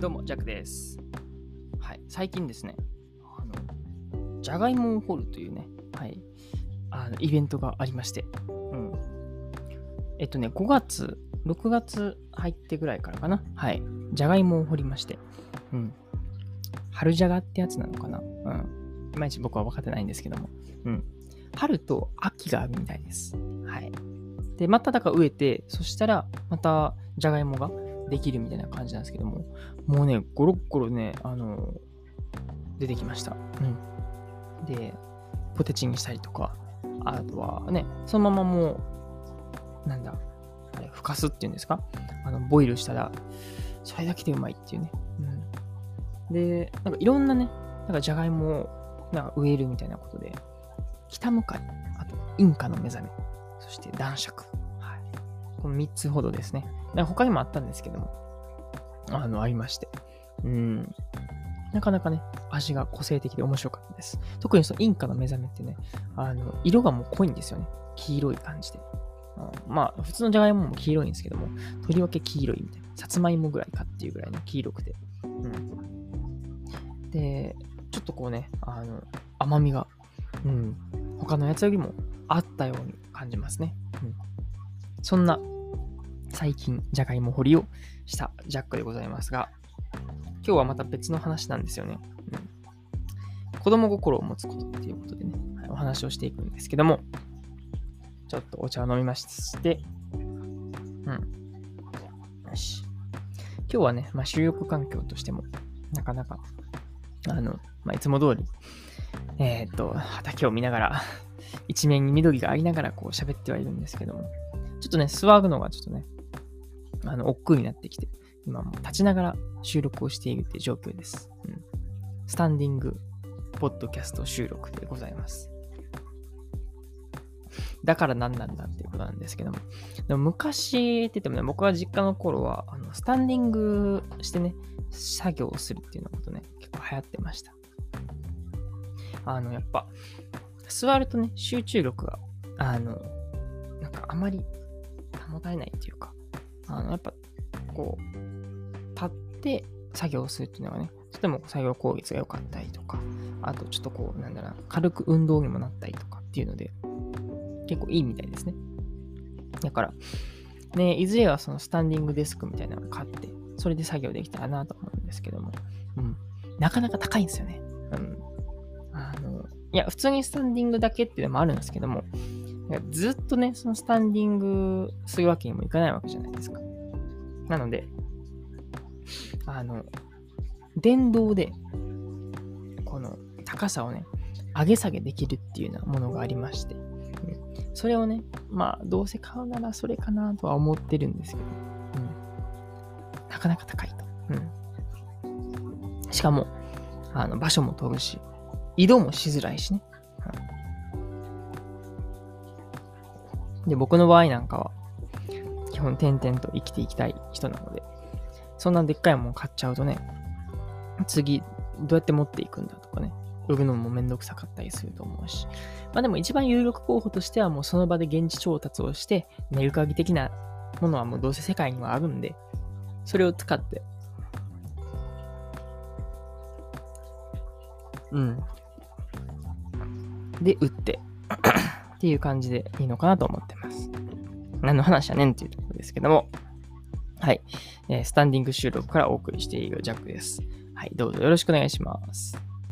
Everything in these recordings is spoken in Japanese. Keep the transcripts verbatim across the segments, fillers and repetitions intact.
どうも、ジャックです。はい、最近ですね、あの、じゃがいもを掘るというね、はい、あのイベントがありまして、うん。えっとね、ごがつ、ろくがつ入ってぐらいからかな、はい、じゃがいもを掘りまして、うん。春じゃがってやつなのかな、うん。いまいち僕は分かってないんですけども、うん。春と秋があるみたいです。はい。で、まただから植えて、そしたら、またじゃがいもができるみたいな感じなんですけども、もうね、ゴロッゴロね、あの、出てきました。うん。で、ポテチにしたりとか、あとはね、そのままもう、なんだ、あれ、ふかすっていうんですか？あの、ボイルしたら、それだけでうまいっていうね。うん。で、なんかいろんなね、なんかじゃがいもをなんか植えるみたいなことで、北向かい、あと、インカの目覚め、そして男爵。はい。このみっつほどですね。他にもあったんですけども、あの、ありまして。うん。なかなかね、味が個性的で面白かったです。特にそのインカの目覚めってね、あの、色がもう濃いんですよね。黄色い感じで。うん、まあ、普通のじゃがいもも黄色いんですけども、とりわけ黄色いみたいな。さつまいもぐらいかっていうぐらいの黄色くて。うん。で、ちょっとこうね、あの、甘みが、うん、他のやつよりもあったように感じますね。うん。そんな、最近、じゃがいも掘りをしたジャックでございますが、今日はまた別の話なんですよね。うん、子供心を持つことっていうことでね、はい、お話をしていくんですけども、ちょっとお茶を飲みまして、うん。よし。今日はね、まあ、収録環境としても、なかなか、あの、まあ、いつも通り、えー、っと、畑を見ながら、一面に緑がありながらこう喋ってはいるんですけども、ちょっとね、座るのがちょっとね、あの、億劫になってきて、今もう立ちながら収録をしているっていう状況です。うん。スタンディングポッドキャスト収録でございます。だから何なんだっていうことなんですけども。でも昔って言ってもね、僕が実家の頃は、あのスタンディングしてね、作業をするっていうのことね、結構流行ってました。あの、やっぱ、座るとね、集中力が、あの、なんかあまり保たれないっていうか、あの、やっぱ、こう、立って作業するっていうのがね、とても作業効率が良かったりとか、あとちょっとこう、なんだろうな、軽く運動にもなったりとかっていうので、結構いいみたいですね。だから、ね、いずれはそのスタンディングデスクみたいなのを買って、それで作業できたらなと思うんですけども、うん、なかなか高いんですよね。うん。あの、いや、普通にスタンディングだけっていうのもあるんですけども、ずっとね、そのスタンディングするわけにもいかないわけじゃないですか。なので、あの、電動で、この高さをね、上げ下げできるっていうようなものがありまして、うん、それをね、まあ、どうせ買うならそれかなとは思ってるんですけど、うん、なかなか高いと。うん、しかも、あの、場所も取るし、移動もしづらいしね。うん、で、僕の場合なんかは、基本点々と生きていきたい人なので、そんなでっかいもの買っちゃうとね、次、どうやって持っていくんだとかね、売るのもめんどくさかったりすると思うし。まあでも一番有力候補としてはもうその場で現地調達をして、メルカリ的なものはもうどうせ世界にはあるんで、それを使って、うん。で、売って、っていう感じでいいのかなと思ってます。何の話やねんっていうところですけども、はい、えー。スタンディング収録からお送りしているジャックです。はい、どうぞよろしくお願いします。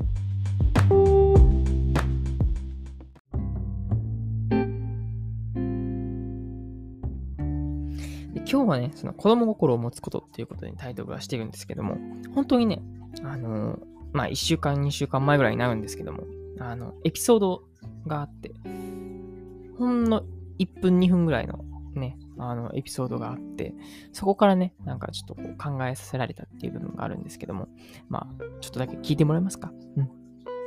で今日はね、その子供心を持つことっていうことにタイトルはしてるんですけども、本当にね、あのー、まあいっしゅうかん、にしゅうかんまえぐらいになるんですけども、あの、エピソードがあって、ほんのいっぷん、にふんぐらいのね、あの、エピソードがあって、そこからね、なんかちょっとこう考えさせられたっていう部分があるんですけども、まあ、ちょっとだけ聞いてもらえますか？うん。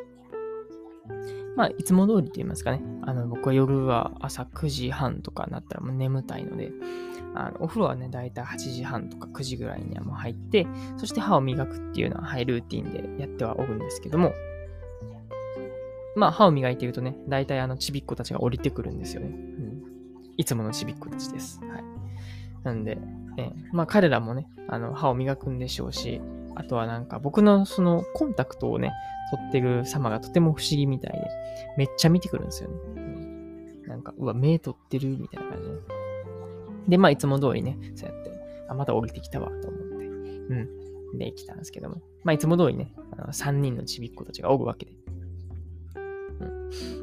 まあ、いつも通りと言いますかね、あの、僕は夜は朝くじはんとかになったらもう眠たいので、あのお風呂はね、だいたいはちじはんとかくじぐらいにはもう入って、そして歯を磨くっていうのは、はい、ルーティンでやってはおるんですけども、まあ、歯を磨いているとね、だいたいあの、ちびっ子たちが降りてくるんですよね。うん。いつものちびっ子たちです。はい。なんで、えー、まあ、彼らもね、あの、歯を磨くんでしょうし、 あとはなんか僕のそのコンタクトをね、取ってる様がとても不思議みたいで、めっちゃ見てくるんですよね。うん、なんか、うわ、目取ってるみたいな感じで。で、まあいつも通りね、そうやって、あ、また降りてきたわと思って、うん。で、来たんですけども。まあいつも通りね、あのさんにんのちびっ子たちがおるわけで。うん、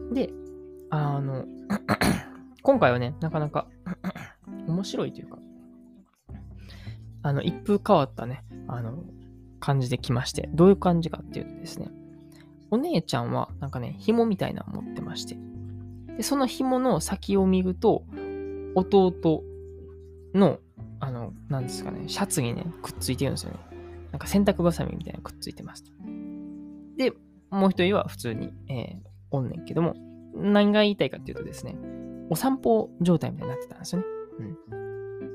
で、あの、今回はね、なかなか面白いというか、あの、一風変わったね、あの、感じで来まして、どういう感じかっていうとですね、お姉ちゃんはなんかね、紐みたいなのを持ってまして、で、その紐の先を見ると、弟の、あの、なんですかね、シャツにね、くっついてるんですよね。なんか洗濯バサミみたいなのくっついてますと。で、もう一人は普通に、えー、おんねんけども、何が言いたいかっていうとですね、お散歩状態みたいになってたんですよね。うん。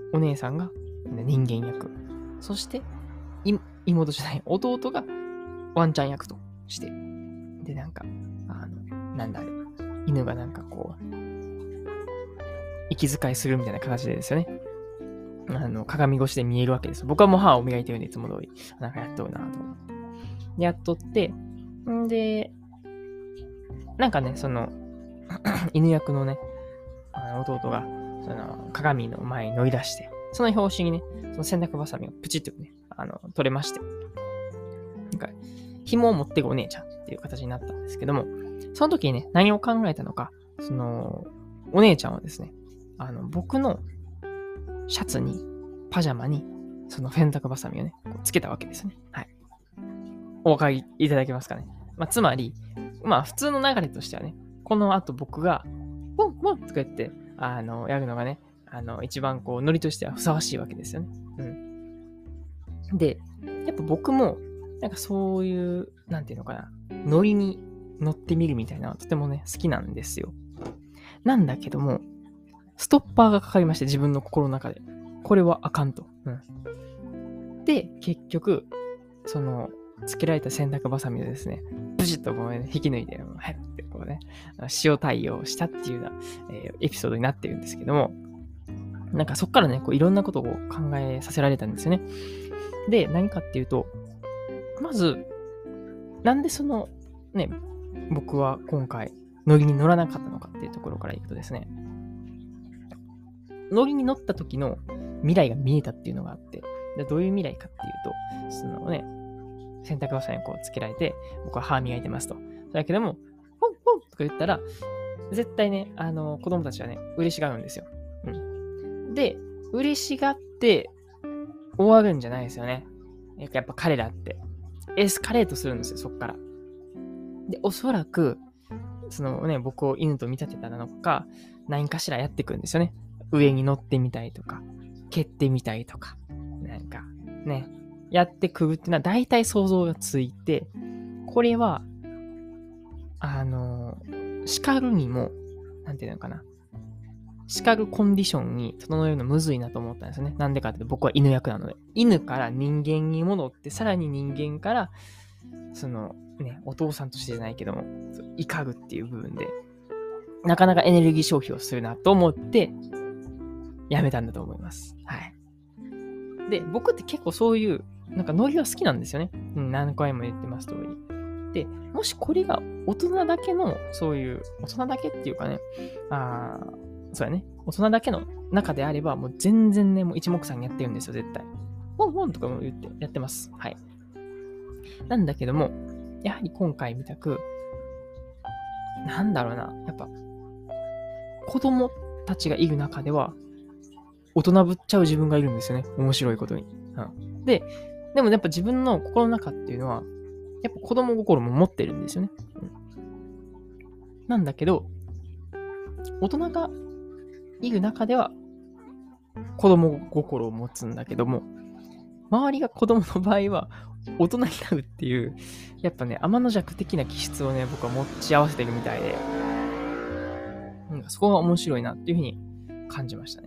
お姉さんが人間役。そして、妹じゃない、弟がワンちゃん役として。で、なんか、あの、なんだあれ、犬がなんかこう、息遣いするみたいな形でですよね。あの、鏡越しで見えるわけです。僕はもう歯を磨いてるんで、いつも通り、なんかやっとるなと思って。で、やっとって、んで、なんかね、その、犬役のね、あの弟が、その、鏡の前に乗り出して、その拍子にね、その洗濯バサミがプチッとね、あの、取れまして、なんか、紐を持ってくお姉ちゃんっていう形になったんですけども、その時にね、何を考えたのか、その、お姉ちゃんはですね、あの、僕のシャツに、パジャマに、その洗濯バサミをね、こうつけたわけですね。はい。お分かりいただけますかね。まあ、つまり、まあ、普通の流れとしてはね、この後僕が、ポンポンとか言って、あの、やるのがね、あの、一番こう、ノリとしてはふさわしいわけですよね。うん。で、やっぱ僕も、なんかそういう、なんていうのかな、ノリに乗ってみるみたいなのはとてもね、好きなんですよ。なんだけども、ストッパーがかかりまして、自分の心の中で。これはあかんと。うん。で、結局、その、つけられた洗濯バサミでですね、ブシッとこうね、引き抜いて、はいってこうね、塩対応したっていうような、えー、エピソードになってるんですけども、なんかそっからね、こういろんなことを考えさせられたんですよね。で、何かっていうと、まず、なんでその、ね、僕は今回、ノリに乗らなかったのかっていうところからいくとですね、ノリに乗った時の未来が見えたっていうのがあって、でどういう未来かっていうと、そのね、洗濯バサミにこうつけられて、僕は歯磨いてますと。だけども、ポンポンとか言ったら、絶対ね、あの、子供たちはね、嬉しがるんですよ。うん。で、嬉しがって終わるんじゃないですよね。やっぱ彼らって。エスカレートするんですよ、そっから。で、おそらく、そのね、僕を犬と見立てたのか、何かしらやってくるんですよね。上に乗ってみたりとか、蹴ってみたりとか、なんか、ね、やってくるっていうのは大体想像がついて、これは、あの、叱るにも、なんていうのかな、叱るコンディションに整えるのむずいなと思ったんですよね。なんでかって僕は犬役なので。犬から人間に戻って、さらに人間から、そのね、お父さんとしてじゃないけども、怒るっていう部分で、なかなかエネルギー消費をするなと思って、やめたんだと思います。はい。で、僕って結構そういう、なんかノリが好きなんですよね。うん、何回も言ってます通り。で、もしこれが大人だけの、そういう、大人だけっていうかね、あー、そうやね、大人だけの中であれば、もう全然ね、もう一目散にやってるんですよ、絶対。ポンポンとかも言ってやってます。はい。なんだけども、やはり今回みたく、なんだろうな、やっぱ、子供たちがいる中では、大人ぶっちゃう自分がいるんですよね。面白いことに。うん、で、でもやっぱ自分の心の中っていうのは、やっぱ子供心も持ってるんですよね。うん、なんだけど、大人がいる中では、子供心を持つんだけども、周りが子供の場合は、大人になるっていう、やっぱね、天の弱的な気質をね、僕は持ち合わせてるみたいで、うん、そこが面白いなっていうふうに感じましたね。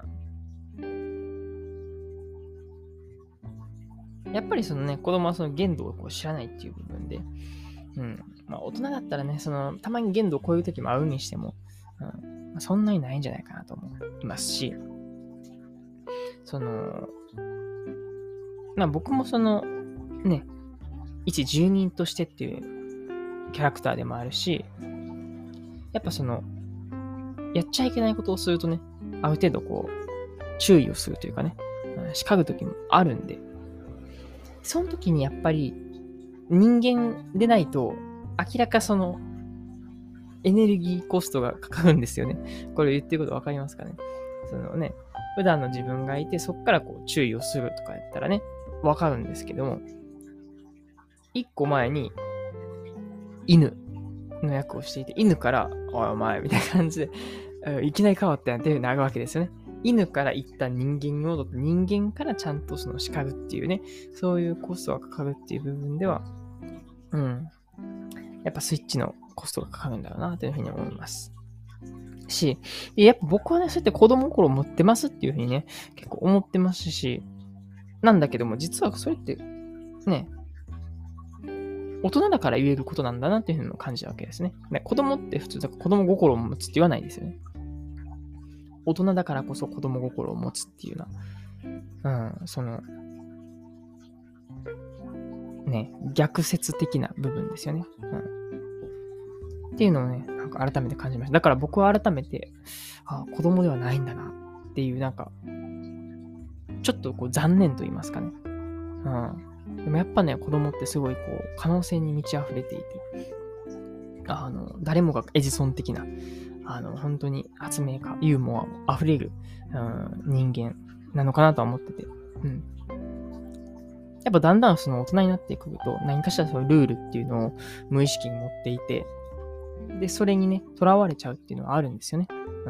やっぱりそのね、子供はその限度をこう知らないっていう部分で、うん。まあ大人だったらね、その、たまに限度を超えるときもあるにしても、うんまあ、そんなにないんじゃないかなと思いますし、その、まあ僕もその、 ね、一住人としてっていうキャラクターでもあるし、やっぱその、やっちゃいけないことをするとね、ある程度こう、注意をするというかね、しかぐ時もあるんで、その時にやっぱり人間でないと、明らかその、エネルギーコストがかかるんですよね。これ言ってることわかりますかね。そのね、普段の自分がいて、そっからこう注意をするとかやったらね、わかるんですけども、一個前に、犬の役をしていて、犬から、おいお前、みたいな感じで、いきなり変わったやんってなるわけですよね。犬から一旦人間に戻って、人間からちゃんとその叱るっていうね、そういうコストがかかるっていう部分では、うん。やっぱスイッチのコストがかかるんだろうな、というふうに思います。し、やっぱ僕はね、そうやって子供心を持ってますっていうふうにね、結構思ってますし、なんだけども、実はそれって、ね、大人だから言えることなんだなっていうふうにも感じたわけですね。ね、子供って普通だから子供心を持つって言わないですよね。大人だからこそ子供心を持つっていうような、うん、その、ね、逆説的な部分ですよね。うん、っていうのをね、なんか改めて感じました。だから僕は改めて、あ、子供ではないんだなっていう、なんか、ちょっとこう残念と言いますかね。うん。でもやっぱね、子供ってすごいこう、可能性に満ち溢れていて、あの、誰もがエジソン的な、あの、本当に発明家、ユーモア溢れる、うん、人間なのかなとは思ってて、うん。やっぱだんだんその大人になってくると、何かしらそのルールっていうのを無意識に持っていて、で、それにね、囚われちゃうっていうのはあるんですよね。うん。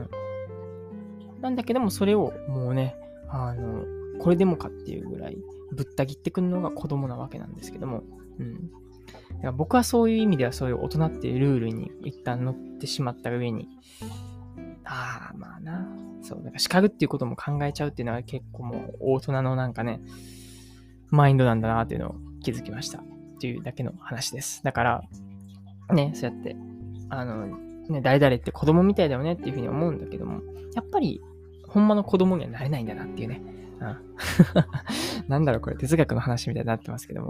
なんだけども、それをもうね、あの、これでもかっていうぐらいぶった切ってくるのが子供なわけなんですけども、うん。だから僕はそういう意味ではそういう大人っていうルールに一旦乗ってしまった上に、ああ、まあな、そう、だから叱るっていうことも考えちゃうっていうのは結構もう大人のなんかね、マインドなんだなっていうのを気づきましたっていうだけの話です。だから、ね、そうやって、あの、ね、誰々って子供みたいだよねっていうふうに思うんだけども、やっぱり、ほんまの子供にはなれないんだなっていうね。うん、なんだろうこれ哲学の話みたいになってますけども、うん、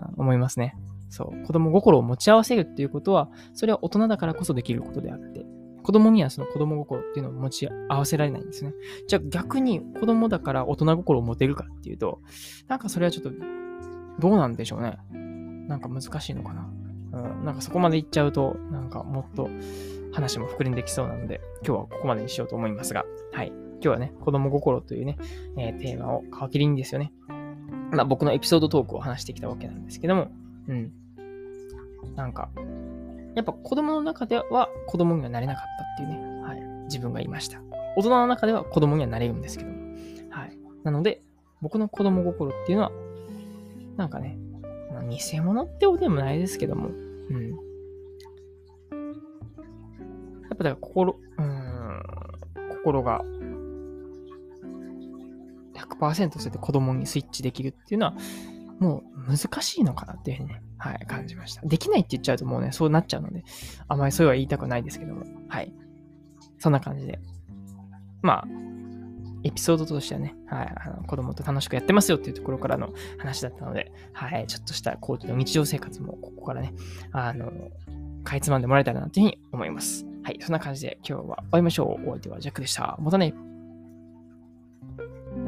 思いますね。そう。子供心を持ち合わせるっていうことは、それは大人だからこそできることであって、子供にはその子供心っていうのを持ち合わせられないんですね。じゃあ逆に子供だから大人心を持てるかっていうと、なんかそれはちょっとどうなんでしょうね。なんか難しいのかな。うん、なんかそこまでいっちゃうと、なんかもっと話も膨れんできそうなので、今日はここまでにしようと思いますが、はい。今日はね、子供心というね、えー、テーマを皮切りにですよね。まあ僕のエピソードトークを話してきたわけなんですけども、うん。なんか、やっぱ子供の中では子供にはなれなかったっていうね、はい。自分が言いました。大人の中では子供にはなれるんですけども、はい。なので、僕の子供心っていうのは、なんかね、まあ、偽物ってことでもないですけども、うん。やっぱだから心、うーん、心が ひゃくパーセント そうやって子供にスイッチできるっていうのは、もう難しいのかなっていうふうにね、はい、感じました。できないって言っちゃうともうね、そうなっちゃうので、あまりそれは言いたくないですけども、はい。そんな感じで。まあ、エピソードとしてはね、はい、あの子供と楽しくやってますよっていうところからの話だったので、はい、ちょっとしたコーチの日常生活もここからね、あの、かいつまんでもらえたらなというふうに思います。はい、そんな感じで今日は終わりましょう。お相手はジャックでした。またね。